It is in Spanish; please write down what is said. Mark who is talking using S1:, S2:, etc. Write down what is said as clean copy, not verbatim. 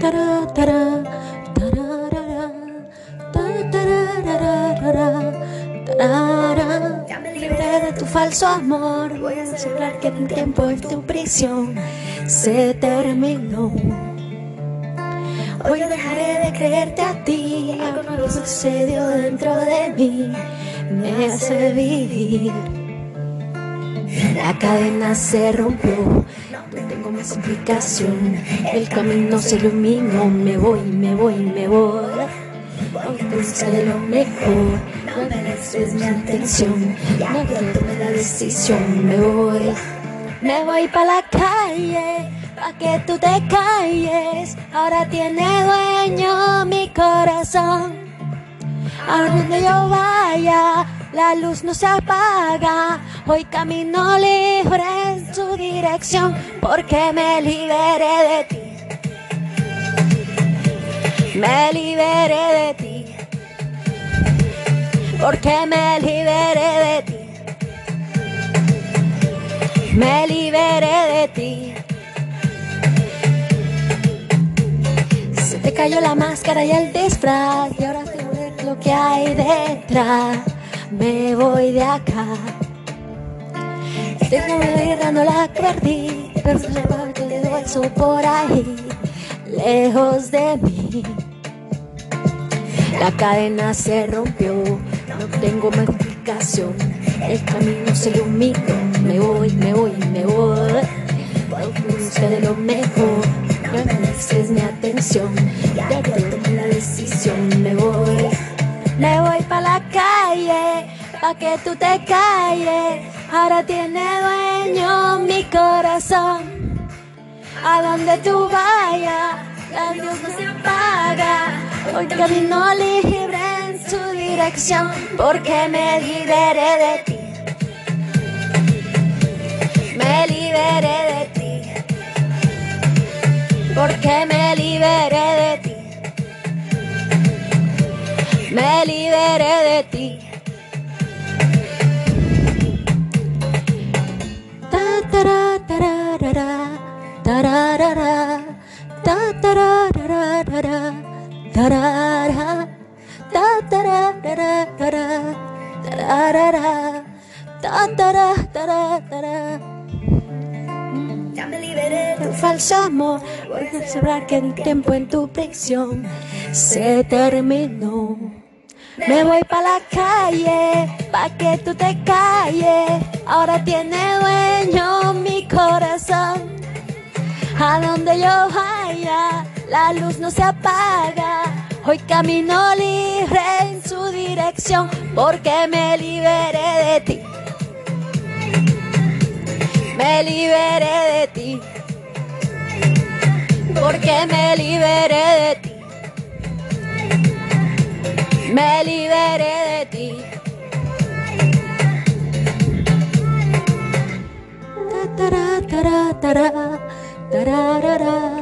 S1: tara, tara, tararara, tararara, tarara. Ya me libré de tu falso amor. Voy a asegurar que mi tiempo en tu prisión se terminó. Hoy dejaré de creerte a ti. Algo nuevo sucedió dentro de mí, me hace vivir. La cadena se rompió, no tengo más explicación. El camino se iluminó, me voy, me voy, me voy. Hoy pensé de lo mejor, no mereces mi atención. No quiero tomar la decisión, me voy. Me voy pa' la calle, pa' que tú te calles. Ahora tiene dueño mi corazón. A donde yo vaya, la luz no se apaga. Hoy camino libre en su dirección, porque me liberé de ti. Me liberé de ti, porque me liberé de ti. Me liberé de ti. Se te cayó la máscara y el disfraz, y ahora te voy a ver lo que hay detrás. Me voy de acá. Tengo mirando la que perdí, pero se me quedó eso por ahí, lejos de mí. La cadena se rompió, no tengo más explicación. El camino se iluminó, me voy, me voy, me voy. Busca de lo mejor, no mereces mi atención. Ya tomé la decisión, me voy. Me voy pa' la calle, pa' que tú te calles. Ahora tiene dueño mi corazón. A donde tú vayas, la luz no se apaga. Hoy camino libre en su dirección, porque me liberé de ti. Me liberé de ti, porque me liberé de ti. Me liberé de ti. Ta tara tararara, tararara, ta tararara, tarara, ta tararara, tararara, ta tararara. Ya me liberé de un falso amor. Voy a asegurar que el tiempo en tu prisión se terminó. Me voy pa' la calle, pa' que tú te calles. Ahora tiene dueño mi corazón. A donde yo vaya, la luz no se apaga. Hoy camino libre en su dirección, porque me liberé de ti. Me liberé de ti, porque me liberé de ti. Me liberé de ti. Ta tara tara tara tararara.